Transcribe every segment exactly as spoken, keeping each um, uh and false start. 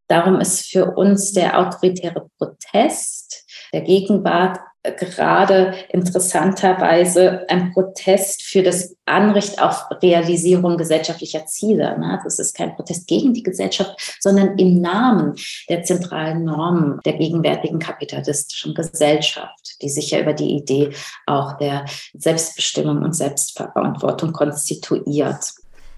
Darum ist für uns der autoritäre Protest der Gegenwart gerade interessanterweise ein Protest für das Anrecht auf Realisierung gesellschaftlicher Ziele. Das ist kein Protest gegen die Gesellschaft, sondern im Namen der zentralen Normen der gegenwärtigen kapitalistischen Gesellschaft, die sich ja über die Idee auch der Selbstbestimmung und Selbstverantwortung konstituiert.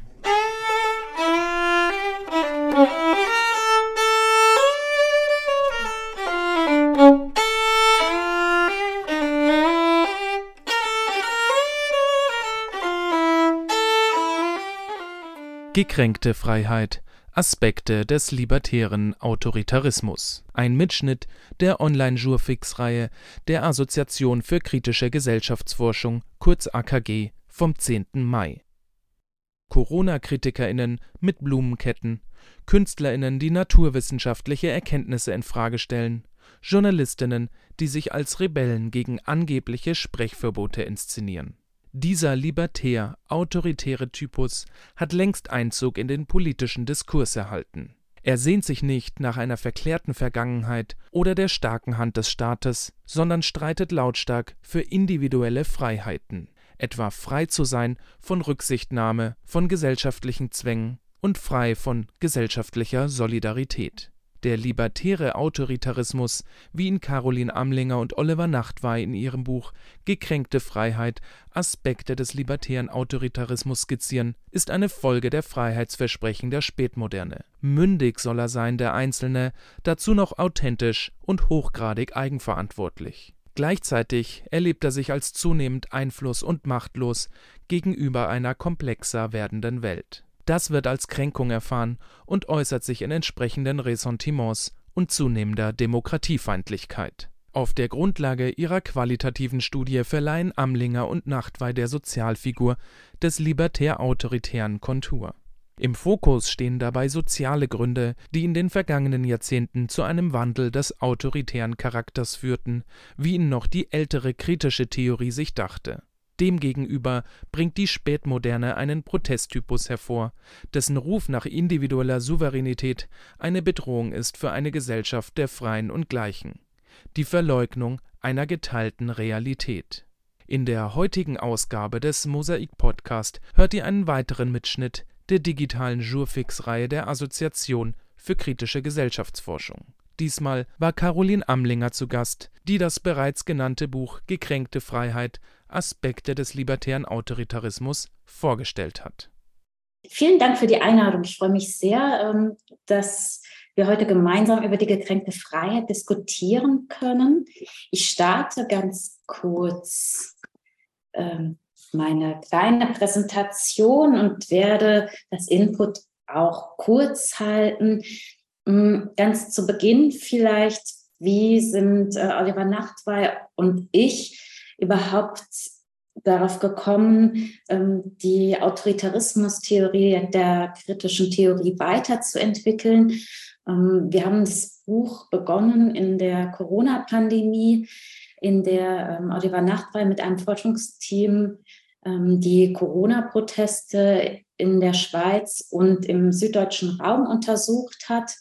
Gekränkte Freiheit – Aspekte des libertären Autoritarismus. Ein Mitschnitt der Online-Jurfix-Reihe der Assoziation für kritische Gesellschaftsforschung, kurz A K G, vom zehnten Mai. Corona-KritikerInnen mit Blumenketten, KünstlerInnen, die naturwissenschaftliche Erkenntnisse in Frage stellen, JournalistInnen, die sich als Rebellen gegen angebliche Sprechverbote inszenieren. Dieser libertär-autoritäre Typus hat längst Einzug in den politischen Diskurs erhalten. Er sehnt sich nicht nach einer verklärten Vergangenheit oder der starken Hand des Staates, sondern streitet lautstark für individuelle Freiheiten, etwa frei zu sein von Rücksichtnahme, von gesellschaftlichen Zwängen und frei von gesellschaftlicher Solidarität. Der libertäre Autoritarismus, wie ihn Caroline Amlinger und Oliver Nachtwey in ihrem Buch Gekränkte Freiheit – Aspekte des libertären Autoritarismus skizzieren, ist eine Folge der Freiheitsversprechen der Spätmoderne. Mündig soll er sein, der Einzelne, dazu noch authentisch und hochgradig eigenverantwortlich. Gleichzeitig erlebt er sich als zunehmend einfluss- und machtlos gegenüber einer komplexer werdenden Welt. Das wird als Kränkung erfahren und äußert sich in entsprechenden Ressentiments und zunehmender Demokratiefeindlichkeit. Auf der Grundlage ihrer qualitativen Studie verleihen Amlinger und Nachtwey der Sozialfigur des libertär-autoritären Kontur. Im Fokus stehen dabei soziale Gründe, die in den vergangenen Jahrzehnten zu einem Wandel des autoritären Charakters führten, wie ihn noch die ältere kritische Theorie sich dachte. Demgegenüber bringt die Spätmoderne einen Protesttypus hervor, dessen Ruf nach individueller Souveränität eine Bedrohung ist für eine Gesellschaft der Freien und Gleichen. Die Verleugnung einer geteilten Realität. In der heutigen Ausgabe des Mosaik-Podcast hört ihr einen weiteren Mitschnitt der digitalen Jurfix-Reihe der Assoziation für kritische Gesellschaftsforschung. Diesmal war Caroline Amlinger zu Gast, die das bereits genannte Buch Gekränkte Freiheit – Aspekte des libertären Autoritarismus vorgestellt hat. Vielen Dank für die Einladung. Ich freue mich sehr, dass wir heute gemeinsam über die gekränkte Freiheit diskutieren können. Ich starte ganz kurz meine kleine Präsentation und werde das Input auch kurz halten. Ganz zu Beginn vielleicht, wie sind Oliver Nachtwey und ich überhaupt darauf gekommen, die Autoritarismustheorie der kritischen Theorie weiterzuentwickeln. Wir haben das Buch begonnen in der Corona-Pandemie, in der Oliver Nachtwey mit einem Forschungsteam die Corona-Proteste in der Schweiz und im süddeutschen Raum untersucht hat.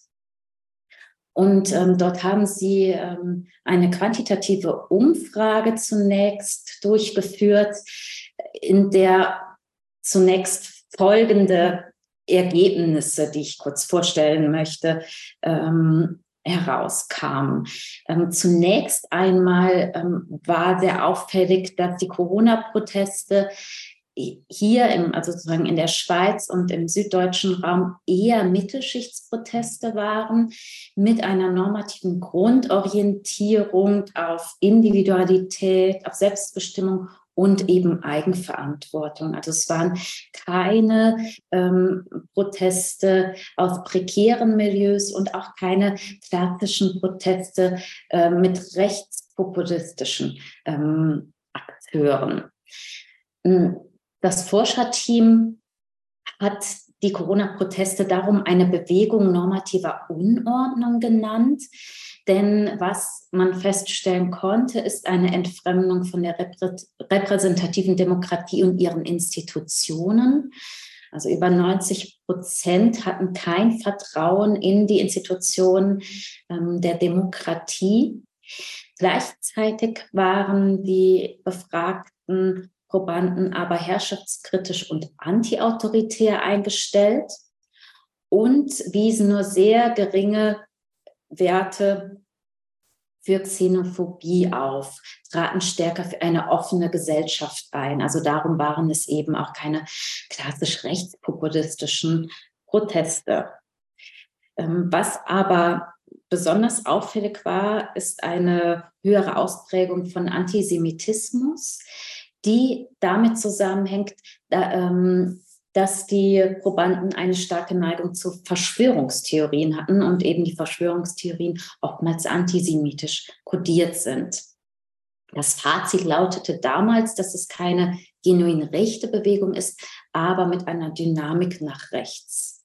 Und ähm, dort haben sie ähm, eine quantitative Umfrage zunächst durchgeführt, in der zunächst folgende Ergebnisse, die ich kurz vorstellen möchte, ähm, herauskamen. Ähm, zunächst einmal ähm, war sehr auffällig, dass die Corona-Proteste hier im, also sozusagen in der Schweiz und im süddeutschen Raum eher Mittelschichtsproteste waren, mit einer normativen Grundorientierung auf Individualität, auf Selbstbestimmung und eben Eigenverantwortung. Also es waren keine ähm, Proteste aus prekären Milieus und auch keine klassischen Proteste äh, mit rechtspopulistischen ähm, Akteuren. Das Forscherteam hat die Corona-Proteste darum eine Bewegung normativer Unordnung genannt, denn was man feststellen konnte, ist eine Entfremdung von der reprä- repräsentativen Demokratie und ihren Institutionen. Also über neunzig Prozent hatten kein Vertrauen in die Institutionen ähm, der Demokratie. Gleichzeitig waren die befragten Probanden aber herrschaftskritisch und antiautoritär eingestellt und wiesen nur sehr geringe Werte für Xenophobie auf, traten stärker für eine offene Gesellschaft ein. Also darum waren es eben auch keine klassisch rechtspopulistischen Proteste. Was aber besonders auffällig war, ist eine höhere Ausprägung von Antisemitismus, die damit zusammenhängt, dass die Probanden eine starke Neigung zu Verschwörungstheorien hatten und eben die Verschwörungstheorien oftmals antisemitisch kodiert sind. Das Fazit lautete damals, dass es keine genuin rechte Bewegung ist, aber mit einer Dynamik nach rechts.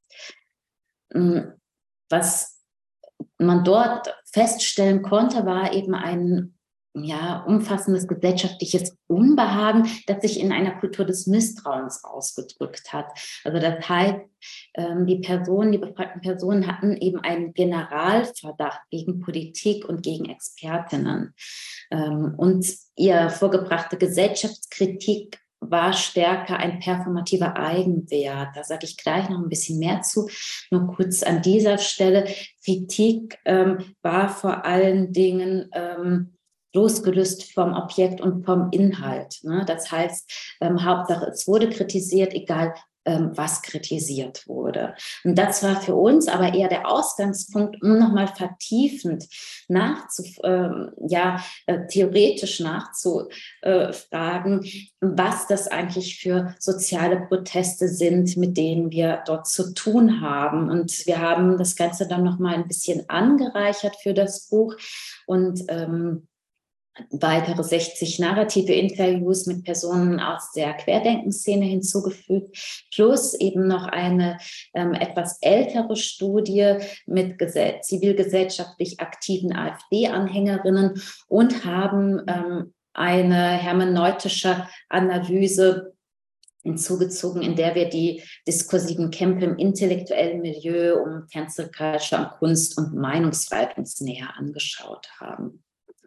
Was man dort feststellen konnte, war eben ein ja, umfassendes gesellschaftliches Unbehagen, das sich in einer Kultur des Misstrauens ausgedrückt hat. Also das heißt, die Personen, die befragten Personen hatten eben einen Generalverdacht gegen Politik und gegen Expertinnen. Und ihr vorgebrachte Gesellschaftskritik war stärker ein performativer Eigenwert. Da sage ich gleich noch ein bisschen mehr zu. Nur kurz an dieser Stelle. Kritik ähm, war vor allen Dingen ähm, losgelöst vom Objekt und vom Inhalt. Ne? Das heißt, ähm, Hauptsache, es wurde kritisiert, egal ähm, was kritisiert wurde. Und das war für uns aber eher der Ausgangspunkt, um nochmal vertiefend nachzu, ähm, ja, äh, theoretisch nachzufragen, was das eigentlich für soziale Proteste sind, mit denen wir dort zu tun haben. Und wir haben das Ganze dann nochmal ein bisschen angereichert für das Buch und ähm, weitere sechzig narrative Interviews mit Personen aus der Querdenkenszene hinzugefügt, plus eben noch eine ähm, etwas ältere Studie mit zivilgesellschaftlich aktiven AfD-Anhängerinnen und haben ähm, eine hermeneutische Analyse hinzugezogen, in der wir die diskursiven Kämpfe im intellektuellen Milieu um Cancel Culture und Kunst und Meinungsfreiheit uns näher angeschaut haben.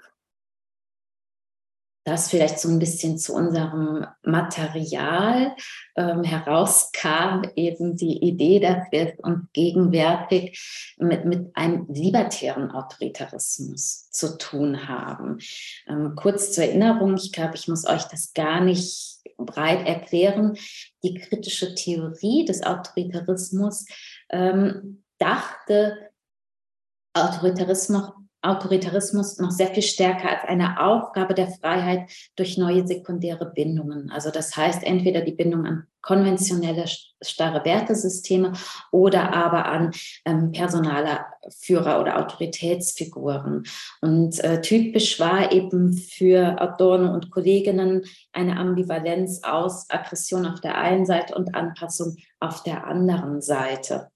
Das vielleicht so ein bisschen zu unserem Material ähm, herauskam, eben die Idee, dass wir uns gegenwärtig mit, mit einem libertären Autoritarismus zu tun haben. Ähm, kurz zur Erinnerung, ich glaube, ich muss euch das gar nicht breit erklären. Die kritische Theorie des Autoritarismus ähm, dachte Autoritarismus Autoritarismus noch sehr viel stärker als eine Aufgabe der Freiheit durch neue sekundäre Bindungen. Also das heißt entweder die Bindung an konventionelle starre Wertesysteme oder aber an ähm, personale Führer oder Autoritätsfiguren. Und äh, typisch war eben für Adorno und Kolleginnen eine Ambivalenz aus Aggression auf der einen Seite und Anpassung auf der anderen Seite.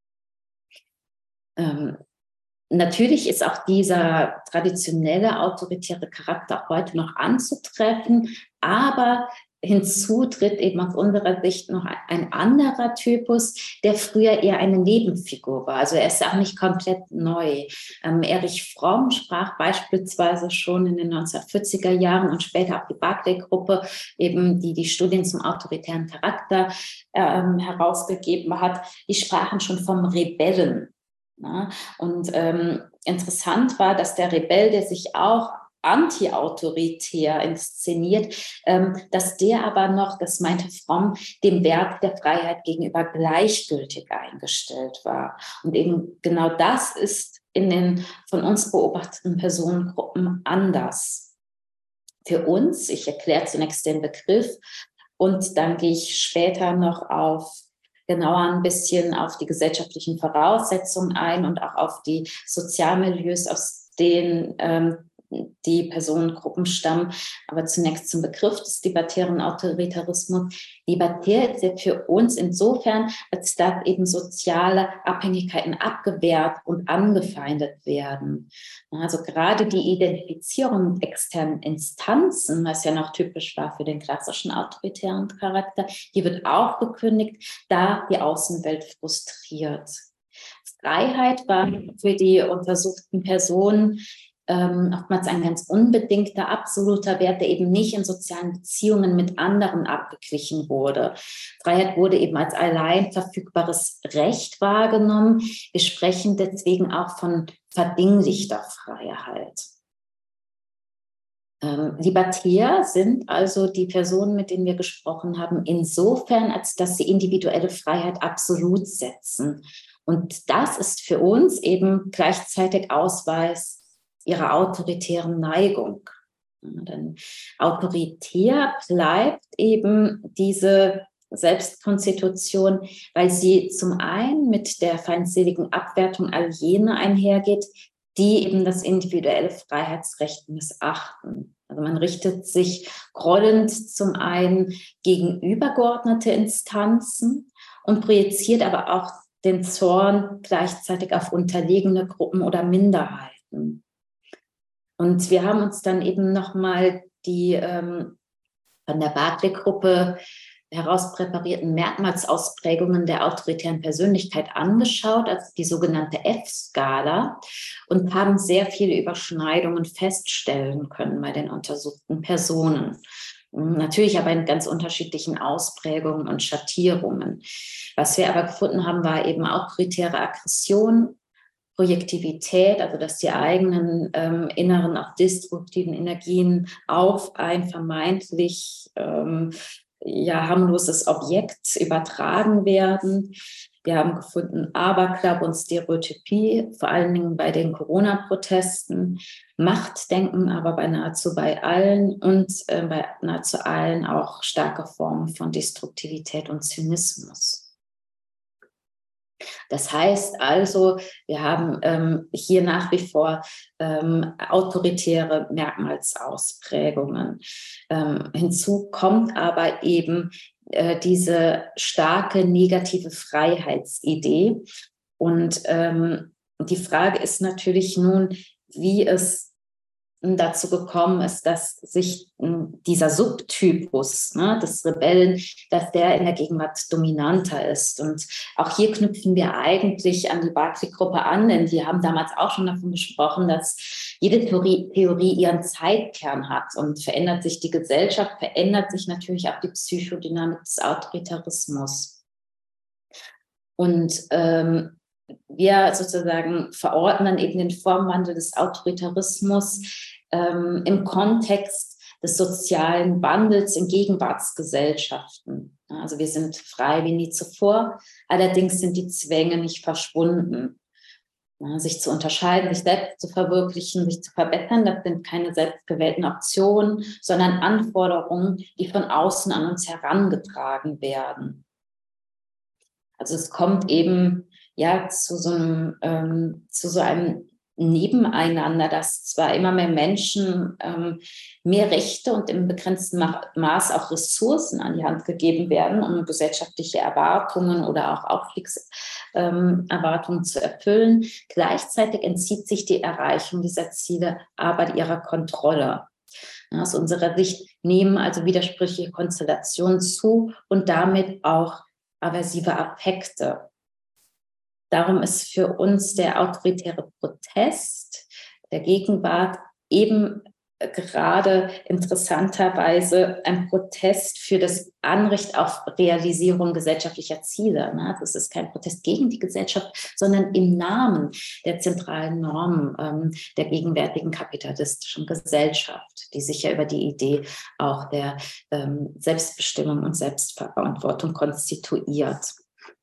Ähm, Natürlich ist auch dieser traditionelle autoritäre Charakter auch heute noch anzutreffen, aber hinzu tritt eben aus unserer Sicht noch ein anderer Typus, der früher eher eine Nebenfigur war. Also er ist auch nicht komplett neu. Ähm, Erich Fromm sprach beispielsweise schon in den neunzehnhundertvierziger Jahren und später auch die Barclay-Gruppe, eben die die Studien zum autoritären Charakter ähm, herausgegeben hat, die sprachen schon vom Rebellen. Ja, und ähm, interessant war, dass der Rebell, der sich auch anti-autoritär inszeniert, ähm, dass der aber noch, das meinte Fromm, dem Wert der Freiheit gegenüber gleichgültig eingestellt war. Und eben genau das ist in den von uns beobachteten Personengruppen anders. Für uns, ich erkläre zunächst den Begriff und dann gehe ich später noch auf genauer ein bisschen auf die gesellschaftlichen Voraussetzungen ein und auch auf die Sozialmilieus, aus denen ähm, die Personengruppen stammen. Aber zunächst zum Begriff des libertären Autoritarismus. Libertär ist ja für uns insofern, als dass eben soziale Abhängigkeiten abgewehrt und angefeindet werden. Also gerade die Identifizierung mit externen Instanzen, was ja noch typisch war für den klassischen autoritären Charakter, die wird auch gekündigt, da die Außenwelt frustriert. Freiheit war für die untersuchten Personen ähm, oftmals ein ganz unbedingter, absoluter Wert, der eben nicht in sozialen Beziehungen mit anderen abgeglichen wurde. Freiheit wurde eben als allein verfügbares Recht wahrgenommen. Wir sprechen deswegen auch von verdinglichter Freiheit. Ähm, libertär sind also die Personen, mit denen wir gesprochen haben, insofern, als dass sie individuelle Freiheit absolut setzen. Und das ist für uns eben gleichzeitig Ausweis ihrer autoritären Neigung. Ja, denn autoritär bleibt eben diese Selbstkonstitution, weil sie zum einen mit der feindseligen Abwertung all jener einhergeht, die eben das individuelle Freiheitsrecht missachten. Also man richtet sich grollend zum einen gegen übergeordnete Instanzen und projiziert aber auch den Zorn gleichzeitig auf unterlegene Gruppen oder Minderheiten. Und wir haben uns dann eben nochmal die ähm, von der Barclay-Gruppe heraus präparierten Merkmalsausprägungen der autoritären Persönlichkeit angeschaut, also die sogenannte F-Skala, und haben sehr viele Überschneidungen feststellen können bei den untersuchten Personen. Natürlich aber in ganz unterschiedlichen Ausprägungen und Schattierungen. Was wir aber gefunden haben, war eben autoritäre Aggression, Projektivität, also dass die eigenen ähm, inneren, auch destruktiven Energien auf ein vermeintlich ähm, ja, harmloses Objekt übertragen werden. Wir haben gefunden Aberglaube und Stereotypie, vor allen Dingen bei den Corona-Protesten, Machtdenken aber bei nahezu bei allen und äh, bei nahezu allen auch starke Formen von Destruktivität und Zynismus. Das heißt also, wir haben ähm, hier nach wie vor ähm, autoritäre Merkmalsausprägungen. Ähm, hinzu kommt aber eben äh, diese starke negative Freiheitsidee. Und ähm, die Frage ist natürlich nun, wie es dazu gekommen ist, dass sich dieser Subtypus, ne, des Rebellen, dass der in der Gegenwart dominanter ist. Und auch hier knüpfen wir eigentlich an die Barclay-Gruppe an, denn die haben damals auch schon davon gesprochen, dass jede Theorie, Theorie ihren Zeitkern hat und verändert sich die Gesellschaft, verändert sich natürlich auch die Psychodynamik des Autoritarismus. Und ähm, wir sozusagen verordnen eben den Formwandel des Autoritarismus ähm, im Kontext des sozialen Wandels in Gegenwartsgesellschaften. Also wir sind frei wie nie zuvor, allerdings sind die Zwänge nicht verschwunden. Ja, sich zu unterscheiden, sich selbst zu verwirklichen, sich zu verbessern, das sind keine selbstgewählten Optionen, sondern Anforderungen, die von außen an uns herangetragen werden. Also es kommt eben ja zu so einem, ähm, zu so einem Nebeneinander, dass zwar immer mehr Menschen ähm, mehr Rechte und im begrenzten Ma- Maß auch Ressourcen an die Hand gegeben werden, um gesellschaftliche Erwartungen oder auch Aufstiegserwartungen ähm, zu erfüllen. Gleichzeitig entzieht sich die Erreichung dieser Ziele aber ihrer Kontrolle. Ja, aus unserer Sicht nehmen also widersprüchliche Konstellationen zu und damit auch aversive Affekte. Darum ist für uns der autoritäre Protest der Gegenwart eben gerade interessanterweise ein Protest für das Anrecht auf Realisierung gesellschaftlicher Ziele. Das ist kein Protest gegen die Gesellschaft, sondern im Namen der zentralen Normen ähm, der gegenwärtigen kapitalistischen Gesellschaft, die sich ja über die Idee auch der ähm, Selbstbestimmung und Selbstverantwortung konstituiert.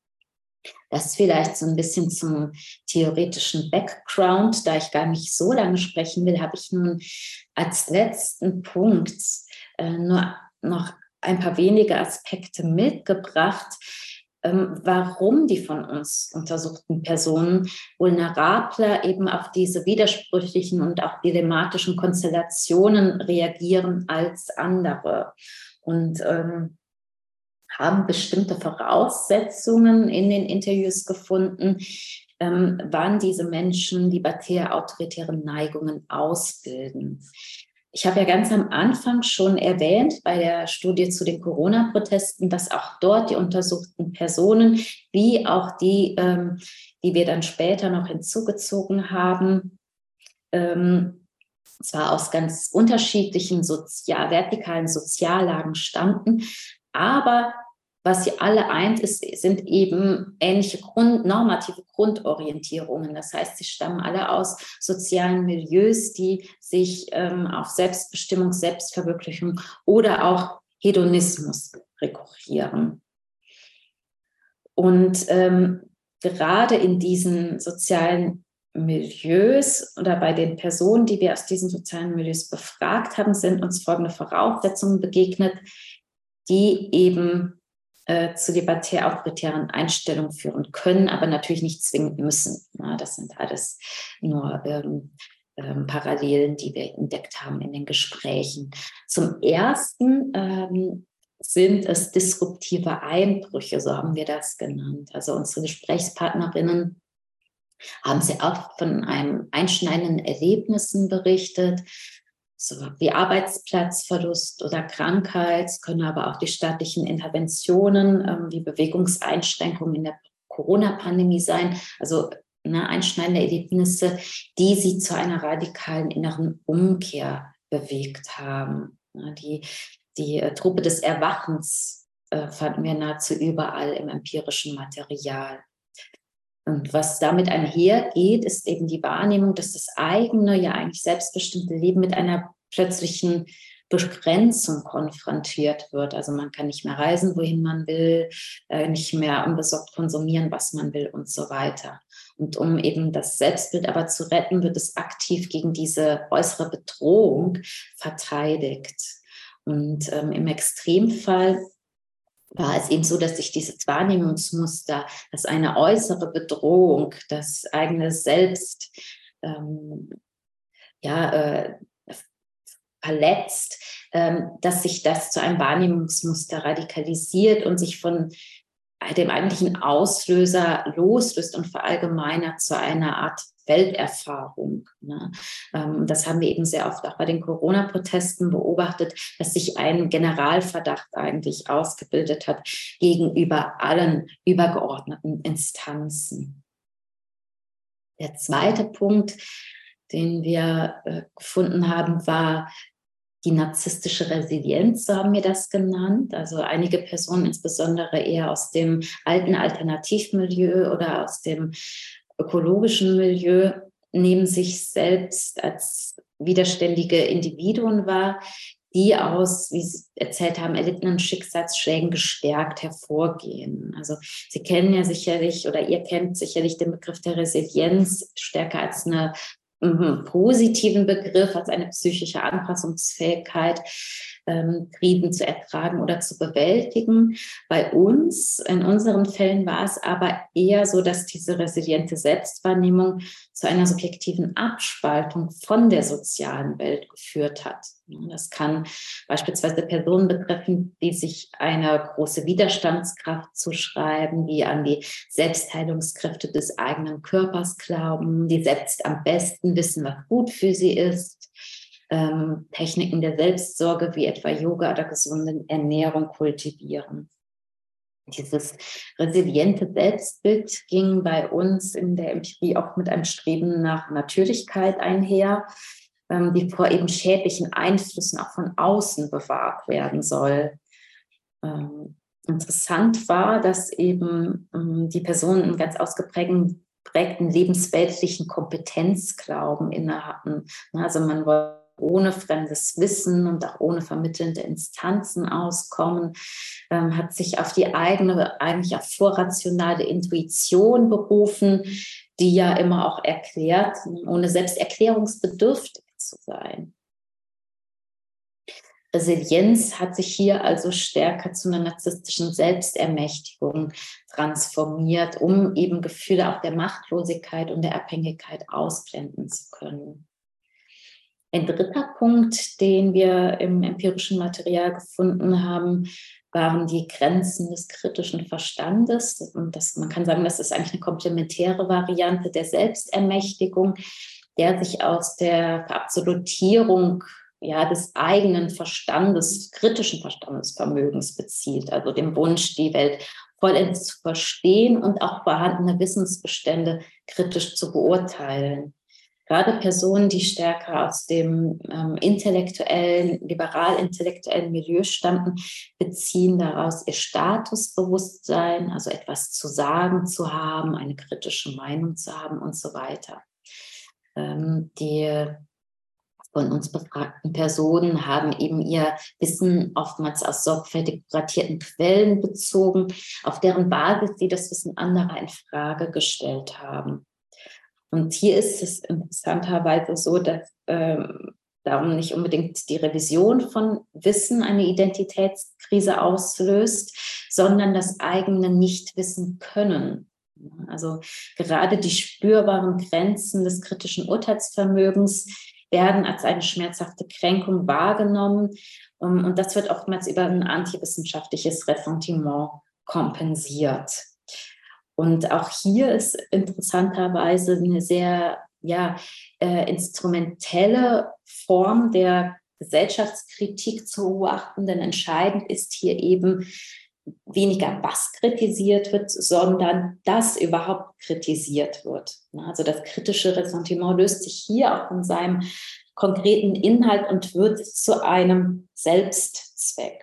Das vielleicht so ein bisschen zum theoretischen Background. Da ich gar nicht so lange sprechen will, habe ich nun als letzten Punkt äh, nur noch ein paar wenige Aspekte mitgebracht, ähm, warum die von uns untersuchten Personen vulnerabler eben auf diese widersprüchlichen und auch dilematischen Konstellationen reagieren als andere. Und ähm, haben bestimmte Voraussetzungen in den Interviews gefunden, ähm, wann diese Menschen libertäre autoritäre Neigungen ausbilden. Ich habe ja ganz am Anfang schon erwähnt bei der Studie zu den Corona-Protesten, dass auch dort die untersuchten Personen, wie auch die, ähm, die wir dann später noch hinzugezogen haben, ähm, zwar aus ganz unterschiedlichen sozial, vertikalen Soziallagen stammten, aber was sie alle eint, ist, sind eben ähnliche Grund, normative Grundorientierungen. Das heißt, sie stammen alle aus sozialen Milieus, die sich ähm, auf Selbstbestimmung, Selbstverwirklichung oder auch Hedonismus rekurrieren. Und ähm, gerade in diesen sozialen Milieus oder bei den Personen, die wir aus diesen sozialen Milieus befragt haben, sind uns folgende Voraussetzungen begegnet, die eben äh, zu libertär-autoritären Einstellungen führen können, aber natürlich nicht zwingend müssen. Ja, das sind alles nur ähm, ähm, Parallelen, die wir entdeckt haben in den Gesprächen. Zum Ersten ähm, sind es disruptive Einbrüche, so haben wir das genannt. Also unsere Gesprächspartnerinnen haben sehr oft von einem einschneidenden Erlebnissen berichtet, so wie Arbeitsplatzverlust oder Krankheit. Es können aber auch die staatlichen Interventionen ähm, wie Bewegungseinschränkungen in der Corona-Pandemie sein. Also ne, einschneidende Erlebnisse, die sie zu einer radikalen inneren Umkehr bewegt haben. Ja, die die äh, Truppe des Erwachens äh, fanden wir nahezu überall im empirischen Material. Und was damit einhergeht, ist eben die Wahrnehmung, dass das eigene, ja eigentlich selbstbestimmte Leben mit einer plötzlichen Begrenzung konfrontiert wird. Also man kann nicht mehr reisen, wohin man will, äh, nicht mehr unbesorgt konsumieren, was man will und so weiter. Und um eben das Selbstbild aber zu retten, wird es aktiv gegen diese äußere Bedrohung verteidigt. Und ähm, im Extremfall war es eben so, dass sich dieses Wahrnehmungsmuster, dass eine äußere Bedrohung, das eigene Selbst ähm, ja, äh, verletzt, ähm, dass sich das zu einem Wahrnehmungsmuster radikalisiert und sich von dem eigentlichen Auslöser loslöst und verallgemeinert zu einer Art Welterfahrung. Ne? Ähm, das haben wir eben sehr oft auch bei den Corona-Protesten beobachtet, dass sich ein Generalverdacht eigentlich ausgebildet hat gegenüber allen übergeordneten Instanzen. Der zweite Punkt, den wir äh, gefunden haben, war die narzisstische Resilienz, so haben wir das genannt. Also einige Personen, insbesondere eher aus dem alten Alternativmilieu oder aus dem ökologischen Milieu, nehmen sich selbst als widerständige Individuen wahr, die aus, wie Sie erzählt haben, erlittenen Schicksalsschlägen gestärkt hervorgehen. Also Sie kennen ja sicherlich oder ihr kennt sicherlich den Begriff der Resilienz stärker als eine Mhm, positiven Begriff als eine psychische Anpassungsfähigkeit, ähm, Krisen zu ertragen oder zu bewältigen. Bei uns, in unseren Fällen war es aber eher so, dass diese resiliente Selbstwahrnehmung zu einer subjektiven Abspaltung von der sozialen Welt geführt hat. Das kann beispielsweise Personen betreffen, die sich eine große Widerstandskraft zuschreiben, die an die Selbstheilungskräfte des eigenen Körpers glauben, die selbst am besten wissen, was gut für sie ist, ähm, Techniken der Selbstsorge wie etwa Yoga oder gesunde Ernährung kultivieren. Dieses resiliente Selbstbild ging bei uns in der Empirie auch mit einem Streben nach Natürlichkeit einher, ähm, die vor eben schädlichen Einflüssen auch von außen bewahrt werden soll. Ähm, interessant war, dass eben ähm, die Personen einen ganz ausgeprägten prägten lebensweltlichen Kompetenzglauben inne hatten. Also man wollte ohne fremdes Wissen und auch ohne vermittelnde Instanzen auskommen, ähm, hat sich auf die eigene, eigentlich auf vorrationale Intuition berufen, die ja immer auch erklärt, ohne selbst erklärungsbedürftig zu sein. Resilienz hat sich hier also stärker zu einer narzisstischen Selbstermächtigung transformiert, um eben Gefühle auch der Machtlosigkeit und der Abhängigkeit ausblenden zu können. Ein dritter Punkt, den wir im empirischen Material gefunden haben, waren die Grenzen des kritischen Verstandes. Und das, man kann sagen, das ist eigentlich eine komplementäre Variante der Selbstermächtigung, der sich aus der Verabsolutierung ja, des eigenen Verstandes, kritischen Verstandesvermögens bezieht, also dem Wunsch, die Welt vollends zu verstehen und auch vorhandene Wissensbestände kritisch zu beurteilen. Gerade Personen, die stärker aus dem ähm, intellektuellen, liberal-intellektuellen Milieu stammten, beziehen daraus ihr Statusbewusstsein, also etwas zu sagen zu haben, eine kritische Meinung zu haben und so weiter. Ähm, die von uns befragten Personen haben eben ihr Wissen oftmals aus sorgfältig kuratierten Quellen bezogen, auf deren Basis sie das Wissen anderer in Frage gestellt haben. Und hier ist es interessanterweise so, dass ähm, darum nicht unbedingt die Revision von Wissen eine Identitätskrise auslöst, sondern das eigene Nichtwissen können. Also gerade die spürbaren Grenzen des kritischen Urteilsvermögens werden als eine schmerzhafte Kränkung wahrgenommen. Um, und das wird oftmals über ein antiwissenschaftliches Ressentiment kompensiert. Und auch hier ist interessanterweise eine sehr ja, äh, instrumentelle Form der Gesellschaftskritik zu beobachten, denn entscheidend ist hier eben weniger, was kritisiert wird, sondern dass überhaupt kritisiert wird. Also das kritische Ressentiment löst sich hier auch von seinem konkreten Inhalt und wird zu einem Selbstzweck.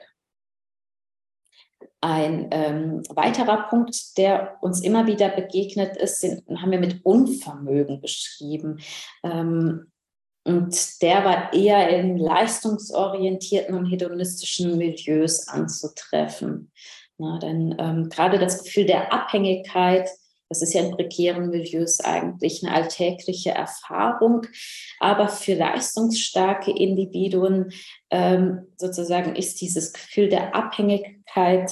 Ein ähm, weiterer Punkt, der uns immer wieder begegnet ist, den haben wir mit Unvermögen beschrieben. Ähm, und der war eher in leistungsorientierten und hedonistischen Milieus anzutreffen. Na, denn ähm, gerade das Gefühl der Abhängigkeit, das ist ja in prekären Milieus eigentlich eine alltägliche Erfahrung, aber für leistungsstarke Individuen ähm, sozusagen ist dieses Gefühl der Abhängigkeit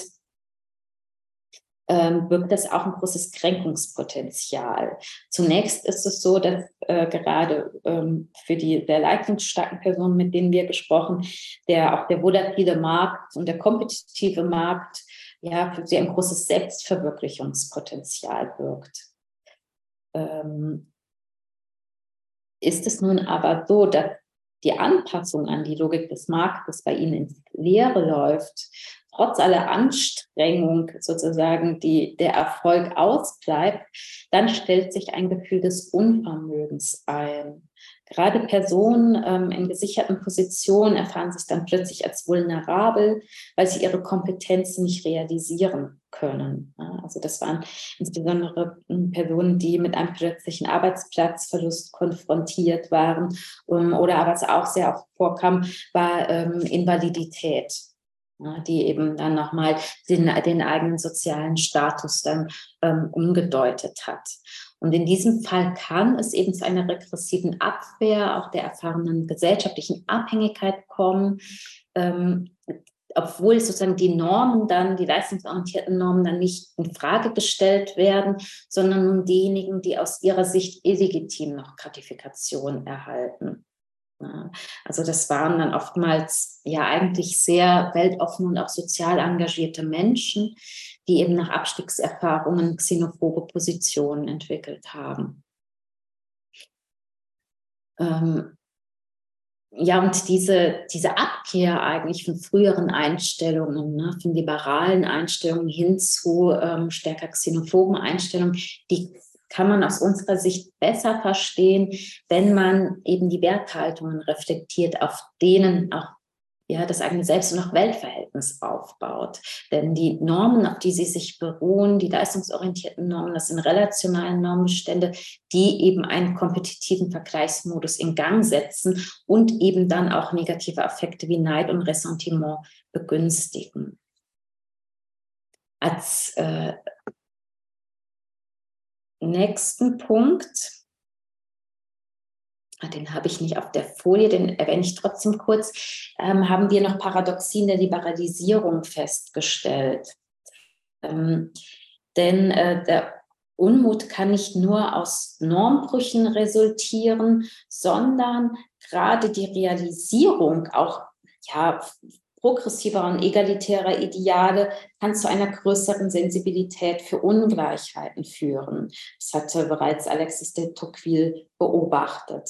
Ähm, birgt das auch ein großes Kränkungspotenzial. Zunächst ist es so, dass äh, gerade ähm, für die sehr leistungsstarken Personen, mit denen wir gesprochen, der auch der volatile Markt und der kompetitive Markt ja für sie ein großes Selbstverwirklichungspotenzial birgt. Ähm, ist es nun aber so, dass die Anpassung an die Logik des Marktes bei ihnen ins Leere läuft, trotz aller Anstrengung sozusagen die, der Erfolg ausbleibt, dann stellt sich ein Gefühl des Unvermögens ein. Gerade Personen ähm, in gesicherten Positionen erfahren sich dann plötzlich als vulnerabel, weil sie ihre Kompetenzen nicht realisieren können. Ja, also das waren insbesondere Personen, die mit einem plötzlichen Arbeitsplatzverlust konfrontiert waren, um, oder aber was auch sehr oft vorkam, war ähm, Invalidität. Ja, die eben dann nochmal den, den eigenen sozialen Status dann ähm, umgedeutet hat. Und in diesem Fall kann es eben zu einer regressiven Abwehr auch der erfahrenen gesellschaftlichen Abhängigkeit kommen, ähm, obwohl sozusagen die Normen dann, die leistungsorientierten Normen dann nicht in Frage gestellt werden, sondern nun diejenigen, die aus ihrer Sicht illegitim noch Gratifikation erhalten. Ja, also das waren dann oftmals ja eigentlich sehr weltoffen und auch sozial engagierte Menschen, die eben nach Abstiegserfahrungen xenophobe Positionen entwickelt haben. Ähm, ja, und diese, diese Abkehr eigentlich von früheren Einstellungen, ne, von liberalen Einstellungen hin zu ähm, stärker xenophoben Einstellungen, die kann man aus unserer Sicht besser verstehen, wenn man eben die Werthaltungen reflektiert, auf denen auch ja, das eigene Selbst- und auch Weltverhältnis aufbaut. Denn die Normen, auf die sie sich beruhen, die leistungsorientierten Normen, das sind relationale Normenbestände, die eben einen kompetitiven Vergleichsmodus in Gang setzen und eben dann auch negative Affekte wie Neid und Ressentiment begünstigen. Als äh, nächsten Punkt den habe ich nicht auf der Folie, den erwähne ich trotzdem kurz, ähm, haben wir noch Paradoxien der Liberalisierung festgestellt. Ähm, denn äh, der Unmut kann nicht nur aus Normbrüchen resultieren, sondern gerade die Realisierung auch ja, progressiver und egalitärer Ideale kann zu einer größeren Sensibilität für Ungleichheiten führen. Das hatte bereits Alexis de Tocqueville beobachtet.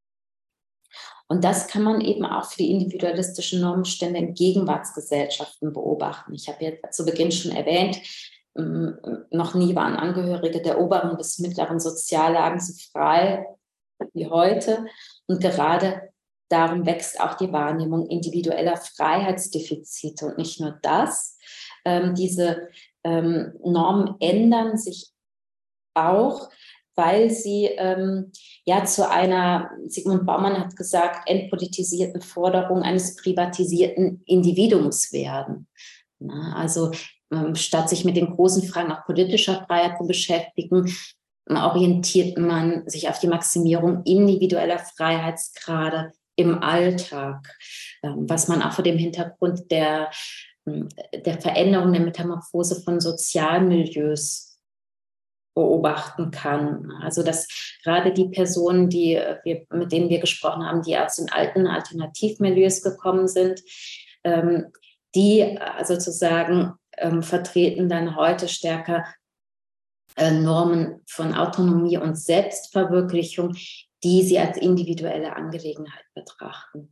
Und das kann man eben auch für die individualistischen Normenstände in Gegenwartsgesellschaften beobachten. Ich habe ja zu Beginn schon erwähnt, noch nie waren Angehörige der oberen bis mittleren Soziallagen so frei wie heute. Und gerade darum wächst auch die Wahrnehmung individueller Freiheitsdefizite. Und nicht nur das, ähm, diese ähm, Normen ändern sich auch, weil sie ähm, ja zu einer, Sigmund Baumann hat gesagt, entpolitisierten Forderung eines privatisierten Individuums werden. Na, also ähm, statt sich mit den großen Fragen auch politischer Freiheit zu beschäftigen, orientiert man sich auf die Maximierung individueller Freiheitsgrade im Alltag, ähm, was man auch vor dem Hintergrund der, der Veränderung, der Metamorphose von Sozialmilieus beobachten kann. Also dass gerade die Personen, die wir, mit denen wir gesprochen haben, die aus den alten Alternativmilieus gekommen sind, ähm, die sozusagen ähm, vertreten dann heute stärker äh, Normen von Autonomie und Selbstverwirklichung, die sie als individuelle Angelegenheit betrachten.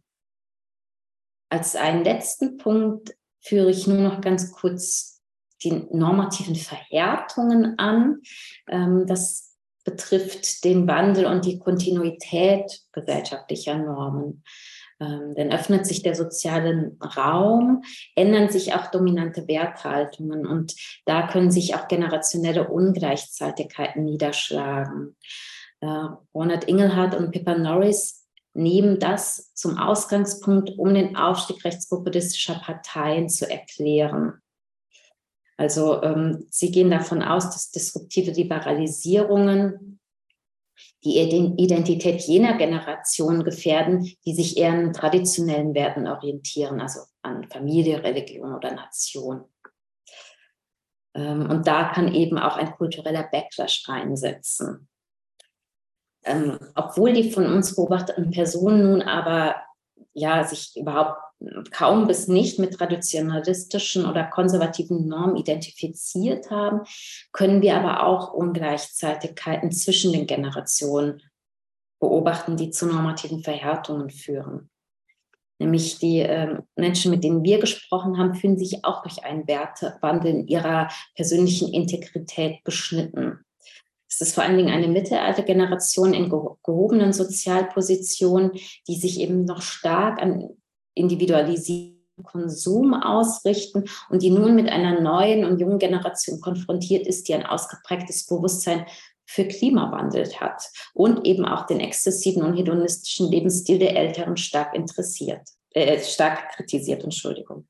Als einen letzten Punkt führe ich nur noch ganz kurz die normativen Verhärtungen an. Das betrifft den Wandel und die Kontinuität gesellschaftlicher Normen. Denn öffnet sich der soziale Raum, ändern sich auch dominante Werthaltungen und da können sich auch generationelle Ungleichzeitigkeiten niederschlagen. Ronald Inglehart und Pippa Norris nehmen das zum Ausgangspunkt, um den Aufstieg rechtspopulistischer Parteien zu erklären. Also ähm, sie gehen davon aus, dass disruptive Liberalisierungen die Identität jener Generation gefährden, die sich eher an traditionellen Werten orientieren, also an Familie, Religion oder Nation. Ähm, und da kann eben auch ein kultureller Backlash einsetzen. Ähm, obwohl die von uns beobachteten Personen nun aber ja, sich überhaupt kaum bis nicht mit traditionalistischen oder konservativen Normen identifiziert haben, können wir aber auch Ungleichzeitigkeiten zwischen den Generationen beobachten, die zu normativen Verhärtungen führen. Nämlich die äh, Menschen, mit denen wir gesprochen haben, fühlen sich auch durch einen Wertewandel in ihrer persönlichen Integrität beschnitten. Es ist vor allen Dingen eine Mittelaltergeneration in gehobenen Sozialpositionen, die sich eben noch stark an individualisierten Konsum ausrichten und die nun mit einer neuen und jungen Generation konfrontiert ist, die ein ausgeprägtes Bewusstsein für Klimawandel hat und eben auch den exzessiven und hedonistischen Lebensstil der Älteren stark interessiert, äh, stark kritisiert, Entschuldigung.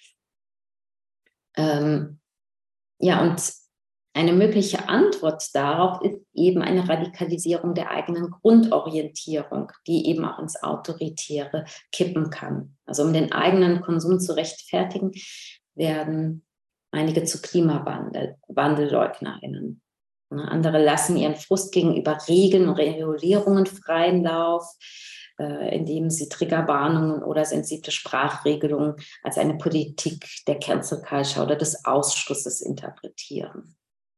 Ähm, ja, und eine mögliche Antwort darauf ist eben eine Radikalisierung der eigenen Grundorientierung, die eben auch ins Autoritäre kippen kann. Also um den eigenen Konsum zu rechtfertigen, werden einige zu KlimawandellleugnerInnen. Andere lassen ihren Frust gegenüber Regeln und Regulierungen freien Lauf, äh, indem sie Triggerwarnungen oder sensible Sprachregelungen als eine Politik der Cancel Culture oder des Ausschlusses interpretieren.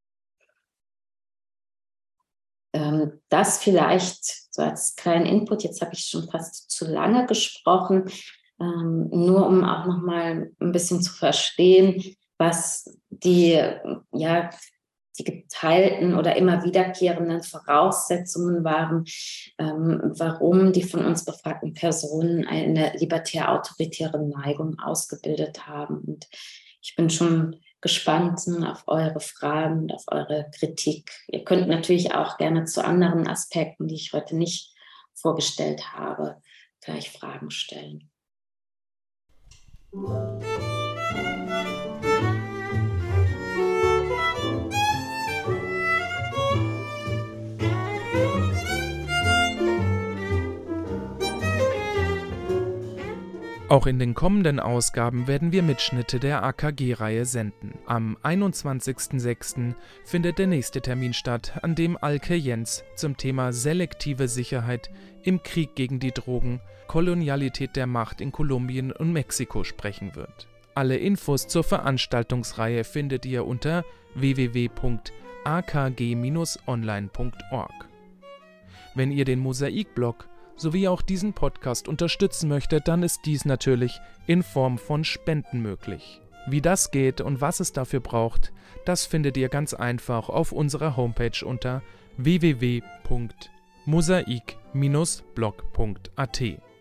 Das vielleicht so als kleinen Input, jetzt habe ich schon fast zu lange gesprochen, nur um auch noch mal ein bisschen zu verstehen, was die, ja, die geteilten oder immer wiederkehrenden Voraussetzungen waren, warum die von uns befragten Personen eine libertär-autoritäre Neigung ausgebildet haben. Und ich bin schon gespannt auf eure Fragen und auf eure Kritik. Ihr könnt natürlich auch gerne zu anderen Aspekten, die ich heute nicht vorgestellt habe, gleich Fragen stellen. Auch in den kommenden Ausgaben werden wir Mitschnitte der A K G-Reihe senden. Am einundzwanzigsten sechsten findet der nächste Termin statt, an dem Alke Jens zum Thema selektive Sicherheit im Krieg gegen die Drogen, Kolonialität der Macht in Kolumbien und Mexiko sprechen wird. Alle Infos zur Veranstaltungsreihe findet ihr unter w w w punkt a k g bindestrich online punkt org. Wenn ihr den Mosaik-Blog sowie auch diesen Podcast unterstützen möchtet, dann ist dies natürlich in Form von Spenden möglich. Wie das geht und was es dafür braucht, das findet ihr ganz einfach auf unserer Homepage unter w w w punkt mosaik bindestrich blog punkt a t.